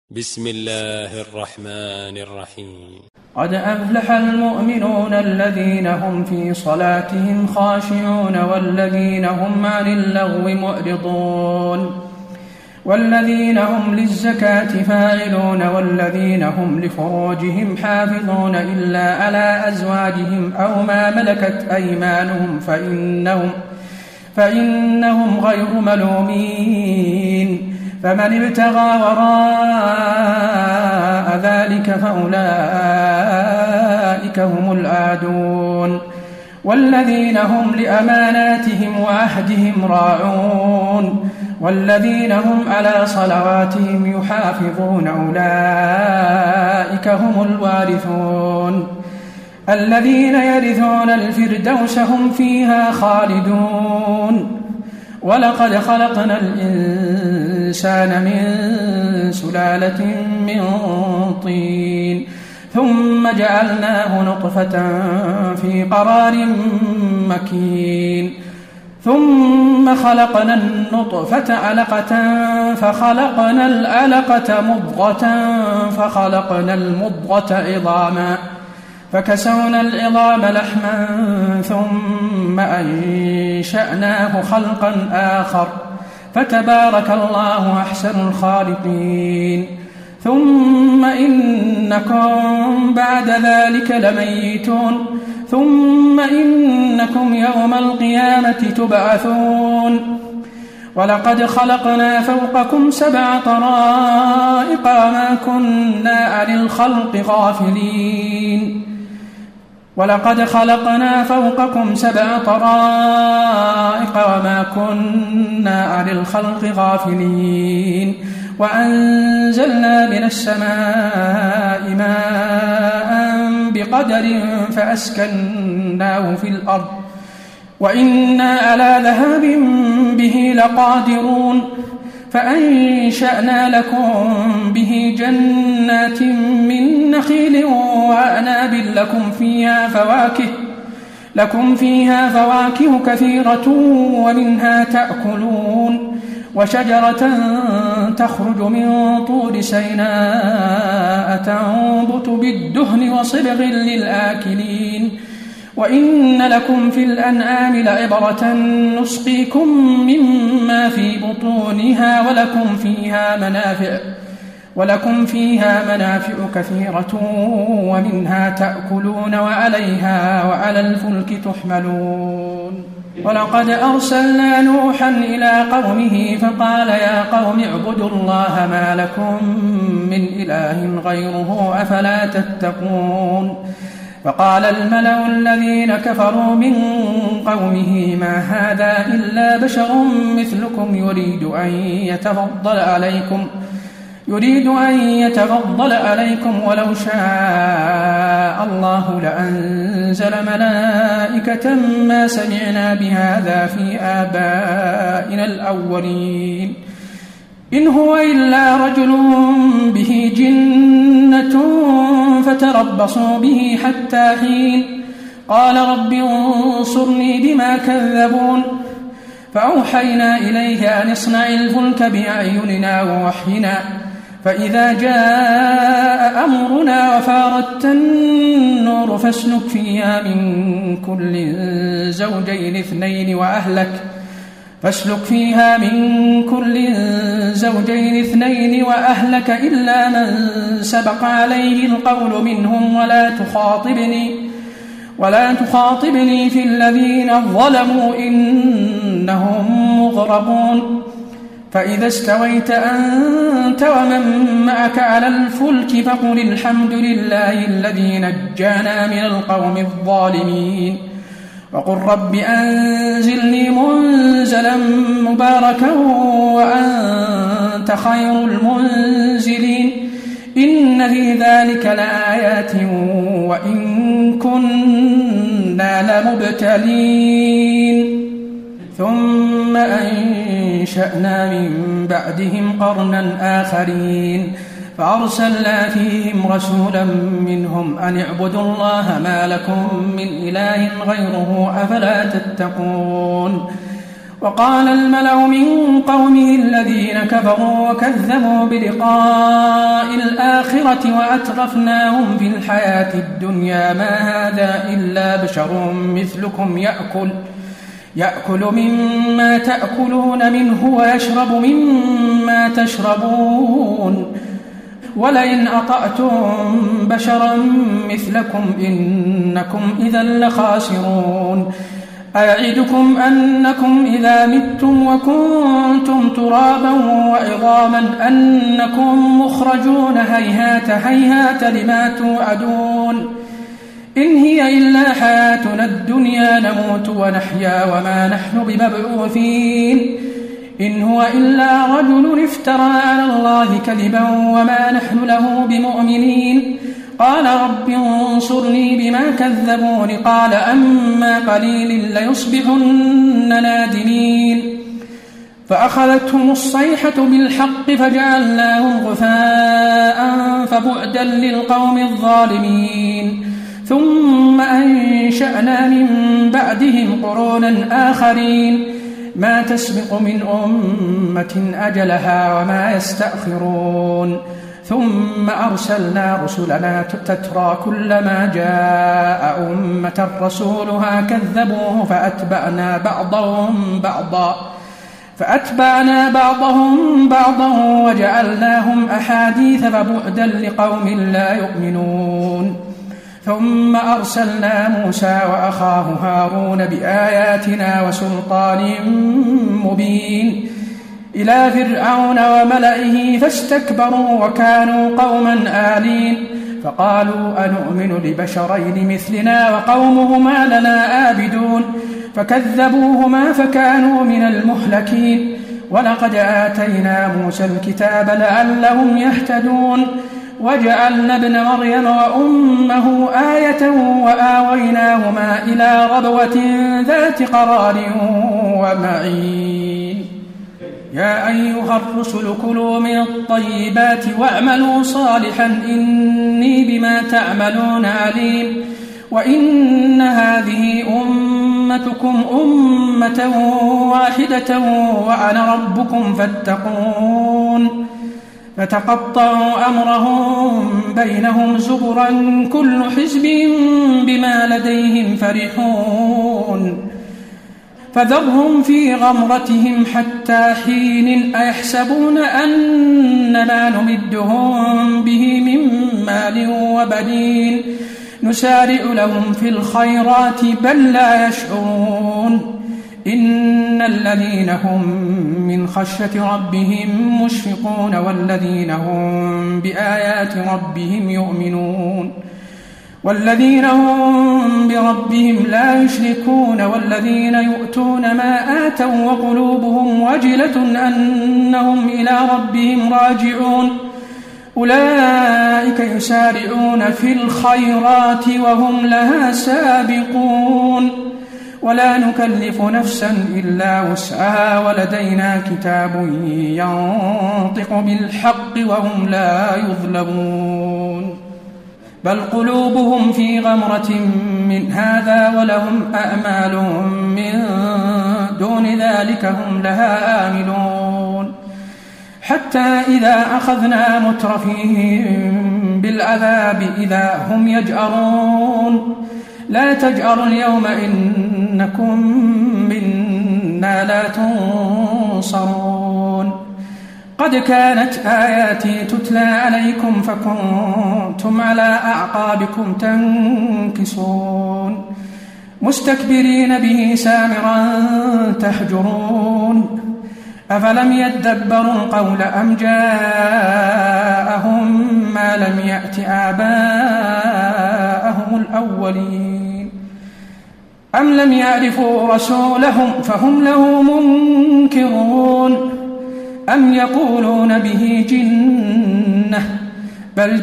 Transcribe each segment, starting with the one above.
بسم الله الرحمن الرحيم. قد أفلح المؤمنون الذين هم في صلاتهم خاشعون والذين هم عن اللغو معرضون والذين هم للزكاة فاعلون والذين هم لفروجهم حافظون إلا على أزواجهم أو ما ملكت أيمانهم فإنهم غير ملومين فمن ابتغى وراء ذلك فأولئك هم العادون والذين هم لأماناتهم وعهدهم راعون والذين هم على صلواتهم يحافظون أولئك هم الوارثون الذين يرثون الفردوس هم فيها خالدون ولقد خلقنا الإنسان من سلالة من طين ثم جعلناه نطفة في قرار مكين ثم خلقنا النطفة علقة فخلقنا العلقة مضغة فخلقنا المضغة عظاما فكسونا العظام لحما ثم أنشأناه خلقا آخر فتبارك الله أحسن الخالقين ثم إنكم بعد ذلك لميتون ثم إنكم يوم القيامة تبعثون ولقد خلقنا فوقكم 7 طرائق وما كنا عن الخلق غافلين ولقد خلقنا فوقكم 7 طرائق وما كنا عن الخلق غافلين وأنزلنا من السماء ماء بقدر فأسكناه في الأرض وإنا على ذهاب به لقادرون فأنشأنا لكم به جنات من نخيل وأعناب لكم فيها فواكه كثيرة ومنها تأكلون وشجرة تخرج من طور سيناء تنبت بالدهن وصبغ للآكلين وإن لكم في الأنعام لعبرة نسقيكم مما في بطونها ولكم فيها منافع كثيرة ومنها تأكلون وعليها وعلى الفلك تحملون ولقد أرسلنا نوحا إلى قومه فقال يا قوم اعبدوا الله ما لكم من إله غيره أفلا تتقون فقال الملأ الذين كفروا من قومه ما هذا إلا بشر مثلكم يريد أن يتفضل عليكم ولو شاء الله لأنزل ملائكة ما سمعنا بهذا في آبائنا الأولين إن هو إلا رجل به جنة فتربصوا به حتى حين قال رب انصرني بما كذبون فأوحينا إليه أن اصنع الفلك بأعيننا ووحينا فإذا جاء أمرنا وفارت النور فاسلك فيها من كل زوجين اثنين وأهلك إلا من سبق عليه القول منهم ولا تخاطبني في الذين ظلموا إنهم مغرقون فإذا استويت أنت ومن معك على الفلك فقل الحمد لله الذي نجانا من القوم الظالمين وقل رب أنزلني منزلا مباركا وأنت خير المنزلين إن في ذلك لآيات وإن كنا لمبتلين ثم أنشأنا من بعدهم قرنا آخرين فأرسلنا فيهم رسولا منهم أن اعبدوا الله ما لكم من إله غيره أفلا تتقون وقال الملأ من قومه الذين كفروا وكذبوا بلقاء الآخرة وأترفناهم في الحياة الدنيا ما هذا إلا بشر مثلكم يأكل مما تأكلون منه ويشرب مما تشربون ولئن أطعتم بشرا مثلكم إنكم إذا لخاسرون أيعدكم أنكم إذا متم وكنتم ترابا وعظاما أنكم مخرجون هيهات هيهات لما توعدون إن هي إلا حياتنا الدنيا نموت ونحيا وما نحن بمبعوثين إن هو إلا رجل افترى على الله كذبا وما نحن له بمؤمنين قال رب انصرني بما كذبون قال أما قليل ليصبحن نادمين فأخذتهم الصيحة بالحق فجعلناهم غثاء فبعدا للقوم الظالمين ثم أنشأنا من بعدهم قرونا آخرين ما تسبق من أمة أجلها وما يستأخرون ثم أرسلنا رسلنا تترى كلما جاء أمة رسولها كذبوه فأتبعنا بعضهم بعضا وجعلناهم أحاديث فبعدا لقوم لا يؤمنون ثم أرسلنا موسى وأخاه هارون بآياتنا وسلطان مبين إلى فرعون وملئه فاستكبروا وكانوا قوما آلين فقالوا أنؤمن لبشرين مثلنا وقومهما لنا آبدون فكذبوهما فكانوا من المهلكين ولقد آتينا موسى الكتاب لعلهم يهتدون وجعلنا ابن مريم وأمه آية وآويناهما إلى ربوة ذات قرار ومعين يا أيها الرسل كلوا من الطيبات واعملوا صالحا إني بما تعملون عليم وإن هذه أمتكم أمة واحدة وأنا ربكم فاتقون فتقطعوا أمرهم بينهم زبرا كل حزب بما لديهم فرحون فذرهم في غمرتهم حتى حين أيحسبون أننا نمدهم به من مال وبنين نسارع لهم في الخيرات بل لا يشعرون إن الذين هم من خشية ربهم مشفقون والذين هم بآيات ربهم يؤمنون والذين هم بربهم لا يشركون والذين يؤتون ما آتوا وقلوبهم وجلة أنهم إلى ربهم راجعون أولئك يسارعون في الخيرات وهم لها سابقون ولا نكلف نفسا إلا وسعها ولدينا كتاب ينطق بالحق وهم لا يظلمون بل قلوبهم في غمرة من هذا ولهم أعمال من دون ذلك هم لها آملون حتى إذا أخذنا مترفيهم بالعذاب إذا هم يجأرون لا تجأروا اليوم إنكم منا لا تنصرون قد كانت آياتي تتلى عليكم فكنتم على أعقابكم تنكصون مستكبرين به سامرا تهجرون أفلم يدبروا القول أم جاءهم ما لم يأت آباءهم الأولين أم لم يعرفوا رسولهم فهم له منكرون أم يقولون به جنة بل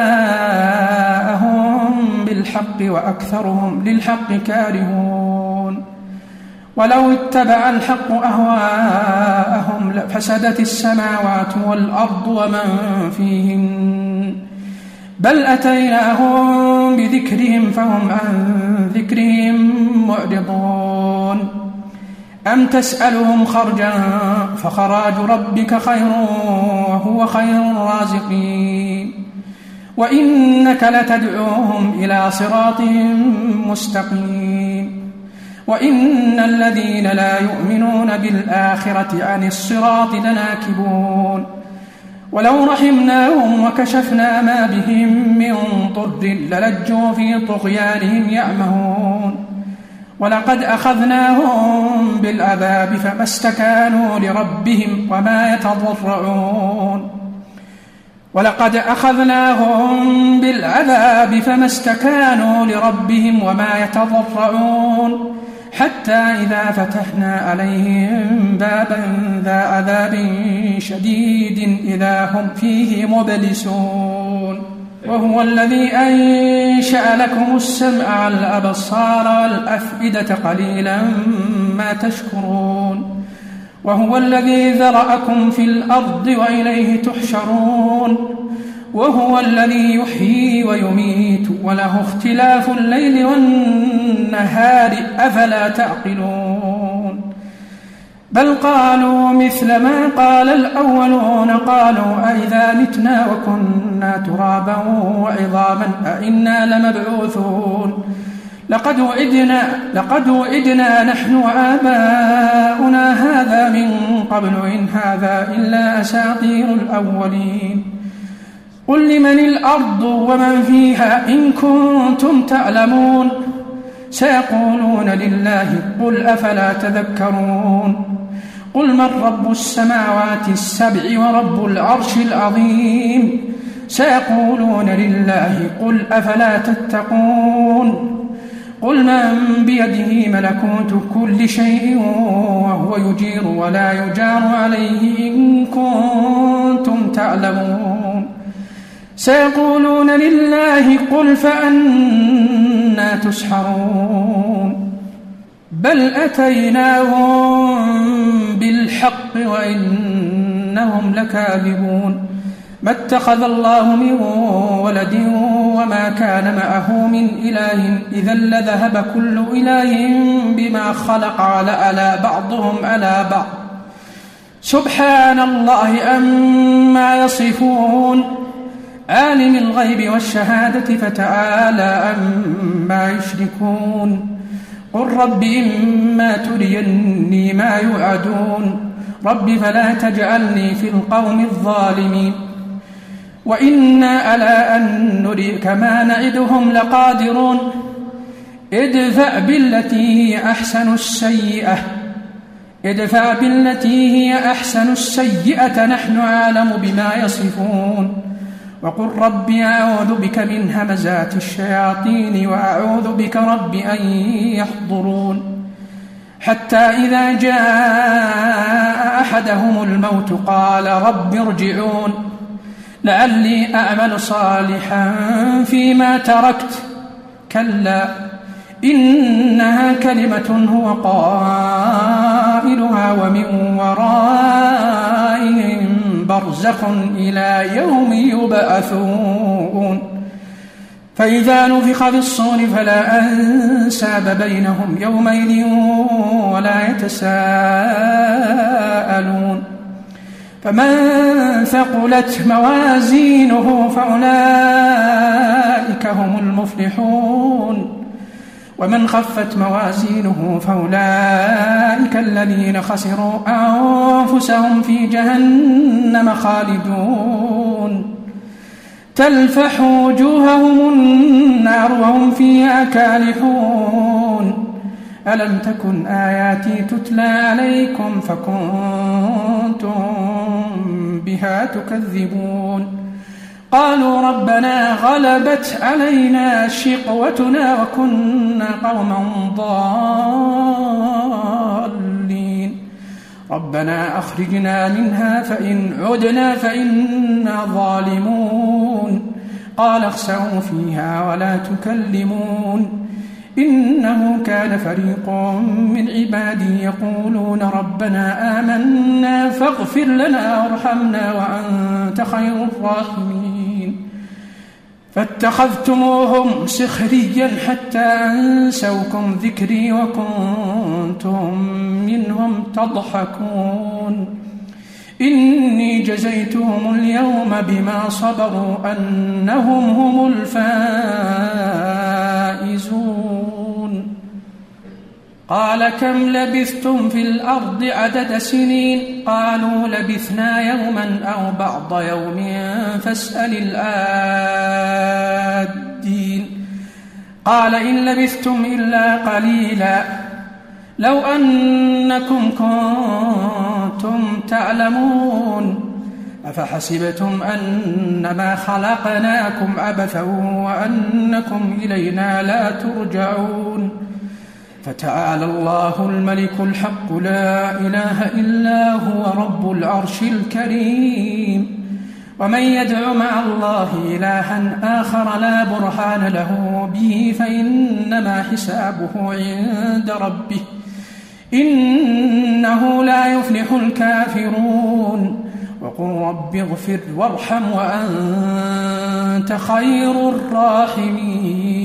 جاءهم بالحق وأكثرهم للحق كارهون ولو اتبع الحق أهواءهم لفسدت السماوات والأرض ومن فيهن بل أتيناهم بذكرهم فهم عن ذكرهم معرضون أم تسألهم خرجا فخراج ربك خير وهو خير الرازقين وإنك لتدعوهم إلى صراط مستقيم وإن الذين لا يؤمنون بالآخرة عن الصراط لناكبون ولو رحمناهم وكشفنا ما بهم من ضر للجوا في طغيانهم يعمهون ولقد أخذناهم بالعذاب فما استكانوا لربهم وما يتضرعون ولقد أخذناهم بالعذاب فما استكانوا لربهم وما يتضرعون حتى إذا فتحنا عليهم بابا ذا عذاب شديد إذا هم فيه مبلسون وهو الذي أنشأ لكم السمع والأبصار والأفئدة قليلا ما تشكرون وهو الذي ذرأكم في الأرض وإليه تحشرون وهو الذي يحيي ويميت وله اختلاف الليل والنهار أفلا تعقلون بل قالوا مثل ما قال الأولون قالوا أئذا متنا وكنا ترابا وعظاما أئنا لمبعوثون لقد وعدنا نحن وآباؤنا هذا من قبل إن هذا إلا أساطير الأولين قل لمن الأرض ومن فيها إن كنتم تعلمون سيقولون لله قل أفلا تذكرون قل من رب السماوات السبع ورب العرش العظيم سيقولون لله قل أفلا تتقون قل من بيده ملكوت كل شيء وهو يجير ولا يجار عليه إن كنتم تعلمون سيقولون لله قل فأنى تسحرون بل أتيناهم بالحق وإنهم لكاذبون ما اتخذ الله من ولد وما كان معه من إله إذا لذهب كل إله بما خلق على بعضهم على بعض سبحان الله عما يصفون عالم الغيب والشهادة فتعالى عما يشركون قل رب إما تريني ما يوعدون رب فلا تجعلني في القوم الظالمين وإنا على أن نريك ما نعدهم لقادرون ادفع بالتي هي أحسن السيئة نحن أعلم بما يصفون وقل رب أعوذ بك من همزات الشياطين وأعوذ بك رب أن يحضرون حتى إذا جاء أحدهم الموت قال رب ارجعون لعلي أعمل صالحا فيما تركت كلا إنها كلمة هو قائلها ومن ورائهم برزخ إلى يوم يبعثون فإذا نفخ في الصور فلا أنساب بينهم يومئذ ولا يتساءلون فمن ثقلت موازينه فأولئك هم المفلحون ومن خفت موازينه فأولئك الذين خسروا أنفسهم في جهنم خالدون تلفح وجوههم النار وهم فيها كالحون ألم تكن آياتي تتلى عليكم فكنتم بها تكذبون قالوا ربنا غلبت علينا شقوتنا وكنا قوما ضالين ربنا أخرجنا منها فإن عدنا فإنا ظالمون قال اخسئوا فيها ولا تكلمون إنه كان فريق من عبادي يقولون ربنا آمنا فاغفر لنا وارحمنا وأنت خير الراحمين فاتخذتموهم سخريا حتى أنسوكم ذكري وكنتم منهم تضحكون إني جزيتهم اليوم بما صبروا أنهم هم الفائزون قال كم لبثتم في الأرض عدد سنين قالوا لبثنا يوما أو بعض يوم فاسأل العادين قال إن لبثتم إلا قليلا لو أنكم كنتم تعلمون أفحسبتم أنما خلقناكم عبثا وأنكم إلينا لا ترجعون فتعالى الله الملك الحق لا إله إلا هو رب العرش الكريم ومن يدع مع الله إلها آخر لا برهان له به فإنما حسابه عند ربه إنه لا يفلح الكافرون وقل رب اغفر وارحم وأنت خير الراحمين